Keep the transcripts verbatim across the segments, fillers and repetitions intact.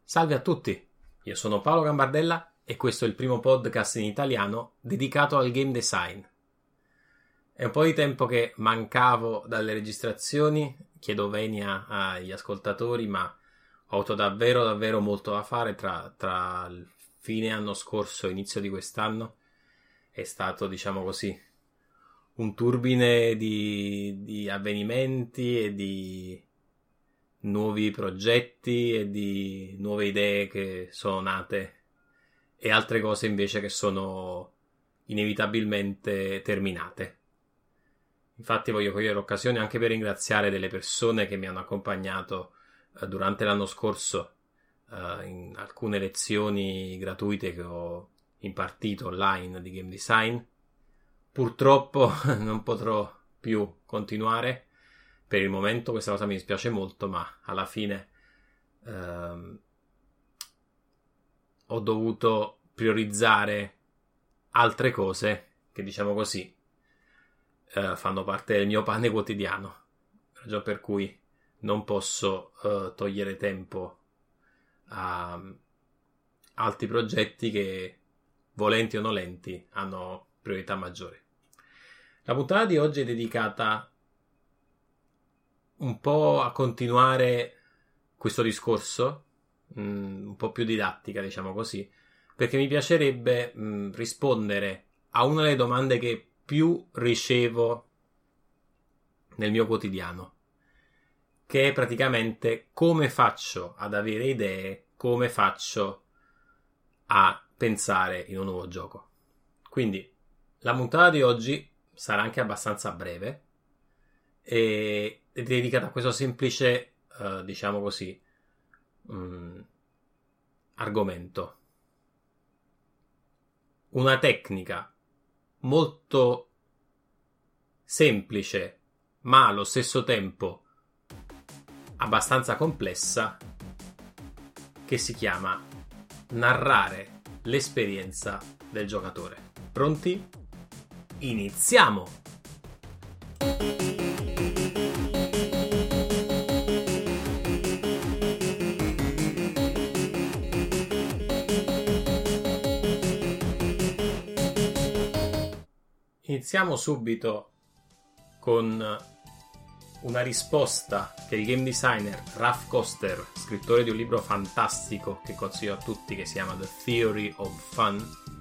Salve a tutti, io sono Paolo Gambardella e questo è il primo podcast in italiano dedicato al game design. È un po' di tempo che mancavo dalle registrazioni, chiedo venia agli ascoltatori, ma ho avuto davvero davvero molto da fare tra, tra il fine anno scorso e inizio di quest'anno. È stato, diciamo così, un turbine di, di avvenimenti e di nuovi progetti e di nuove idee che sono nate e altre cose invece che sono inevitabilmente terminate. Infatti voglio cogliere l'occasione anche per ringraziare delle persone che mi hanno accompagnato eh, durante l'anno scorso eh, in alcune lezioni gratuite che ho impartito online di game design. Purtroppo non potrò più continuare per il momento, questa cosa mi dispiace molto, ma alla fine ehm, ho dovuto priorizzare altre cose che, diciamo così, eh, fanno parte del mio pane quotidiano, ragione per cui non posso eh, togliere tempo a altri progetti che, volenti o nolenti, hanno priorità maggiore. La puntata di oggi è dedicata un po' a continuare questo discorso, mh, un po' più didattica, diciamo così, perché mi piacerebbe mh, rispondere a una delle domande che più ricevo nel mio quotidiano, che è praticamente come faccio ad avere idee, come faccio a pensare in un nuovo gioco. Quindi la puntata di oggi sarà anche abbastanza breve e è dedicata a questo semplice, uh, diciamo così, um, argomento. Una tecnica molto semplice, ma allo stesso tempo abbastanza complessa, che si chiama narrare l'esperienza del giocatore. Pronti? Iniziamo! Iniziamo subito con una risposta che il game designer Raph Koster, scrittore di un libro fantastico che consiglio a tutti, che si chiama The Theory of Fun,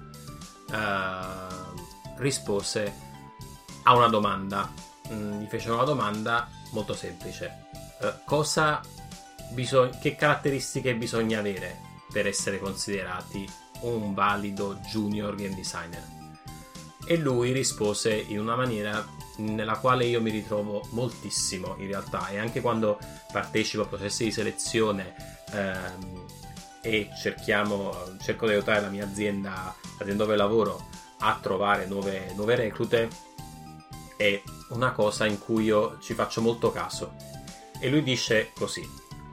eh, rispose a una domanda. Mm, gli fecero una domanda molto semplice: eh, cosa bisog- che caratteristiche bisogna avere per essere considerati un valido junior game designer? E lui rispose in una maniera nella quale io mi ritrovo moltissimo in realtà, e anche quando partecipo a processi di selezione ehm, e cerchiamo, cerco di aiutare la mia azienda, l'azienda dove lavoro, a trovare nuove, nuove reclute, è una cosa in cui io ci faccio molto caso. E lui dice così: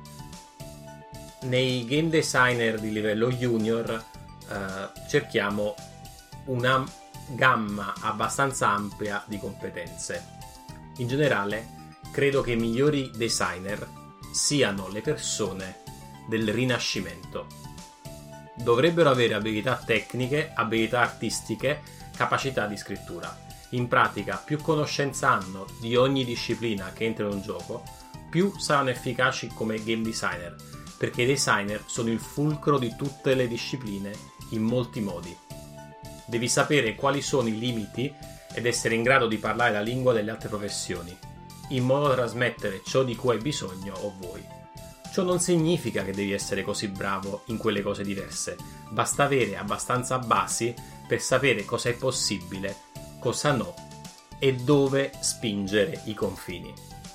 nei game designer di livello junior eh, cerchiamo una gamma abbastanza ampia di competenze. In generale, credo che i migliori designer siano le persone del Rinascimento. Dovrebbero avere abilità tecniche, abilità artistiche, capacità di scrittura. In pratica, più conoscenza hanno di ogni disciplina che entra in un gioco, più saranno efficaci come game designer, perché i designer sono il fulcro di tutte le discipline in molti modi. Devi sapere quali sono i limiti ed essere in grado di parlare la lingua delle altre professioni, in modo da trasmettere ciò di cui hai bisogno o vuoi. Ciò non significa che devi essere così bravo in quelle cose diverse, basta avere abbastanza basi per sapere cosa è possibile, cosa no e dove spingere i confini.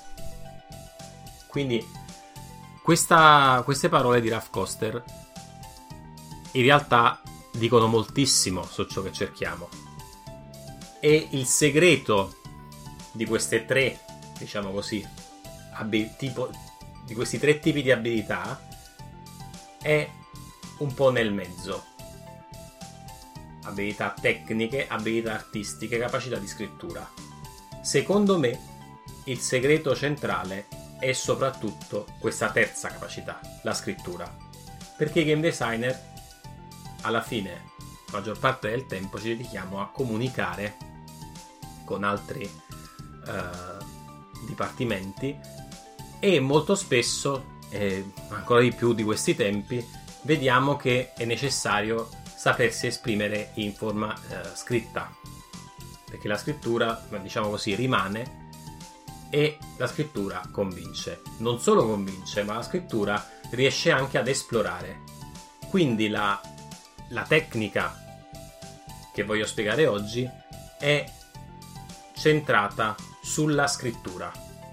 Quindi questa, queste parole di Raph Koster in realtà dicono moltissimo su ciò che cerchiamo, e il segreto di queste tre, diciamo così, ab- tipo, di questi tre tipi di abilità è un po' nel mezzo: abilità tecniche, abilità artistiche, capacità di scrittura. Secondo me il segreto centrale è soprattutto questa terza capacità, la scrittura. Perché i game designer, alla fine, la maggior parte del tempo ci dedichiamo a comunicare con altri eh, dipartimenti, e molto spesso, e ancora di più di questi tempi, vediamo che è necessario sapersi esprimere in forma eh, scritta, perché la scrittura, diciamo così, rimane, e la scrittura convince. Non solo convince, ma la scrittura riesce anche ad esplorare. Quindi la, la tecnica che voglio spiegare oggi è centrata sulla scrittura.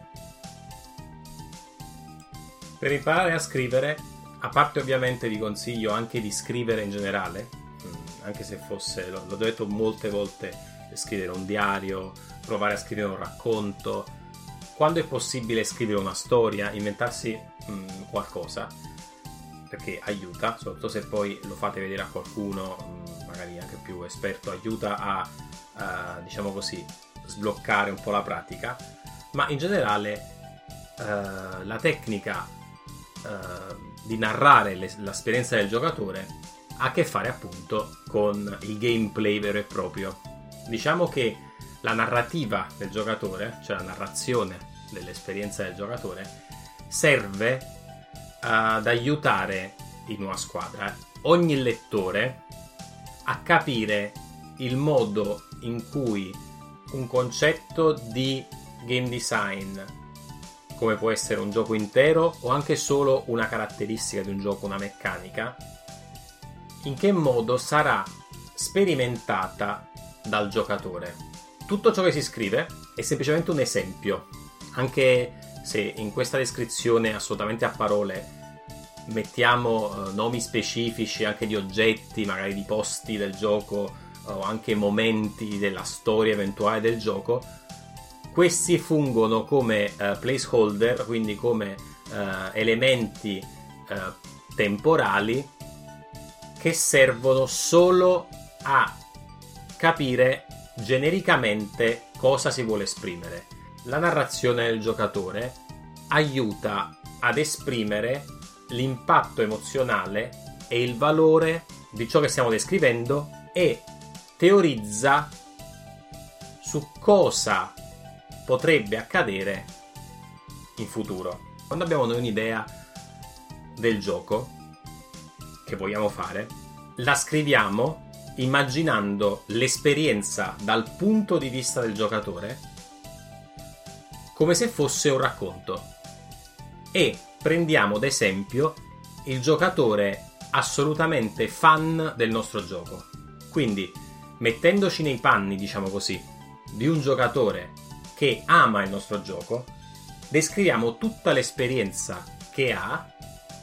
Per imparare a scrivere, a parte ovviamente vi consiglio anche di scrivere in generale, anche se fosse, l'ho detto molte volte, scrivere un diario, provare a scrivere un racconto, quando è possibile scrivere una storia, inventarsi mh, qualcosa, perché aiuta, soprattutto se poi lo fate vedere a qualcuno, mh, magari anche più esperto, aiuta a, a, diciamo così, sbloccare un po' la pratica, ma in generale uh, la tecnica uh, di narrare le, l'esperienza del giocatore ha a che fare appunto con il gameplay vero e proprio. Diciamo che la narrativa del giocatore, cioè la narrazione dell'esperienza del giocatore, serve ad aiutare in una squadra ogni lettore a capire il modo in cui un concetto di game design, come può essere un gioco intero o anche solo una caratteristica di un gioco, una meccanica, in che modo sarà sperimentata dal giocatore. Tutto ciò che si scrive è semplicemente un esempio, anche se in questa descrizione assolutamente a parole mettiamo eh, nomi specifici anche di oggetti, magari di posti del gioco o anche momenti della storia eventuale del gioco. Questi fungono come eh, placeholder, quindi come eh, elementi eh, temporali che servono solo a capire genericamente cosa si vuole esprimere. La narrazione del giocatore aiuta ad esprimere l'impatto emozionale e il valore di ciò che stiamo descrivendo e teorizza su cosa potrebbe accadere in futuro. Quando abbiamo noi un'idea del gioco che vogliamo fare, la scriviamo immaginando l'esperienza dal punto di vista del giocatore come se fosse un racconto, e prendiamo ad esempio il giocatore assolutamente fan del nostro gioco. Quindi, mettendoci nei panni, diciamo così, di un giocatore che ama il nostro gioco, descriviamo tutta l'esperienza che ha,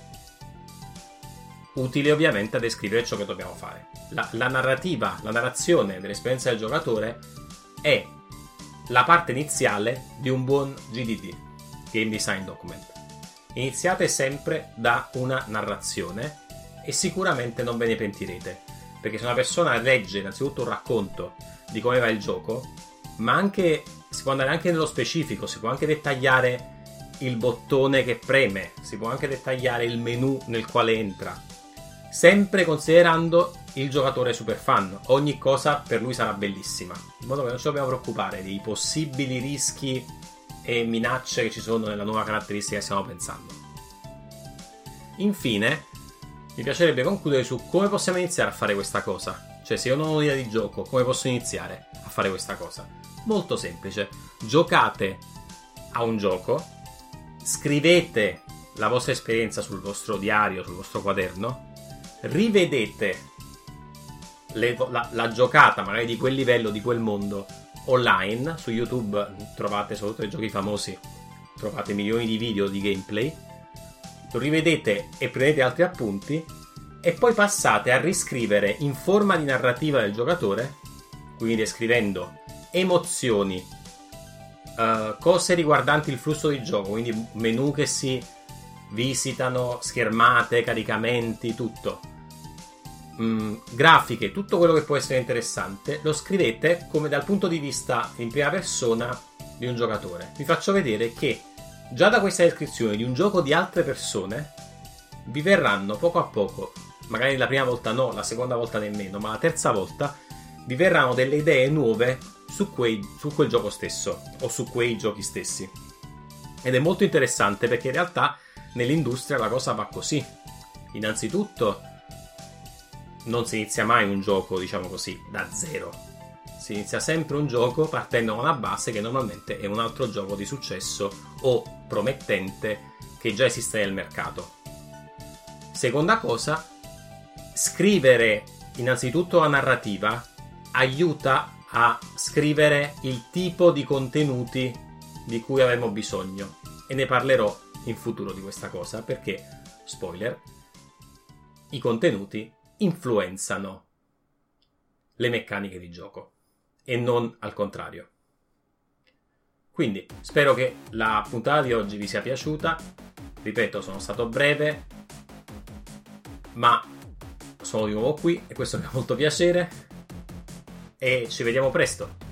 utile ovviamente a descrivere ciò che dobbiamo fare. La, la narrativa, la narrazione dell'esperienza del giocatore è la parte iniziale di un buon G D D, Game Design Document. Iniziate sempre da una narrazione e sicuramente non ve ne pentirete, perché se una persona legge innanzitutto un racconto di come va il gioco, ma anche si può andare anche nello specifico, si può anche dettagliare il bottone che preme, si può anche dettagliare il menu nel quale entra, sempre considerando il giocatore super fan. Ogni cosa per lui sarà bellissima, in modo che non ci dobbiamo preoccupare dei possibili rischi e minacce che ci sono nella nuova caratteristica che stiamo pensando. Infine, mi piacerebbe concludere su come possiamo iniziare a fare questa cosa. Cioè, se io non ho un'idea di gioco, come posso iniziare a fare questa cosa? Molto semplice. Giocate a un gioco, scrivete la vostra esperienza sul vostro diario, sul vostro quaderno, rivedete le, la, la giocata magari di quel livello, di quel mondo online. Su YouTube trovate soprattutto i giochi famosi, trovate milioni di video di gameplay, lo rivedete e prendete altri appunti, e poi passate a riscrivere in forma di narrativa del giocatore, quindi descrivendo emozioni, uh, cose riguardanti il flusso di gioco, quindi menu che si visitano, schermate, caricamenti, tutto, mm, grafiche, tutto quello che può essere interessante, lo scrivete come dal punto di vista in prima persona di un giocatore. Vi faccio vedere che già da questa descrizione di un gioco di altre persone vi verranno poco a poco, magari la prima volta no, la seconda volta nemmeno, ma la terza volta vi verranno delle idee nuove su, quei, su quel gioco stesso o su quei giochi stessi. Ed è molto interessante perché in realtà nell'industria la cosa va così. Innanzitutto non si inizia mai un gioco, diciamo così, da zero. Si inizia sempre un gioco partendo da una base che normalmente è un altro gioco di successo o promettente che già esiste nel mercato. Seconda cosa, scrivere innanzitutto la narrativa aiuta a scrivere il tipo di contenuti di cui avremo bisogno, e ne parlerò in futuro di questa cosa perché, spoiler, i contenuti influenzano le meccaniche di gioco e non al contrario. Quindi spero che la puntata di oggi vi sia piaciuta. Ripeto, sono stato breve, ma sono di nuovo qui e questo mi fa molto piacere, e ci vediamo presto.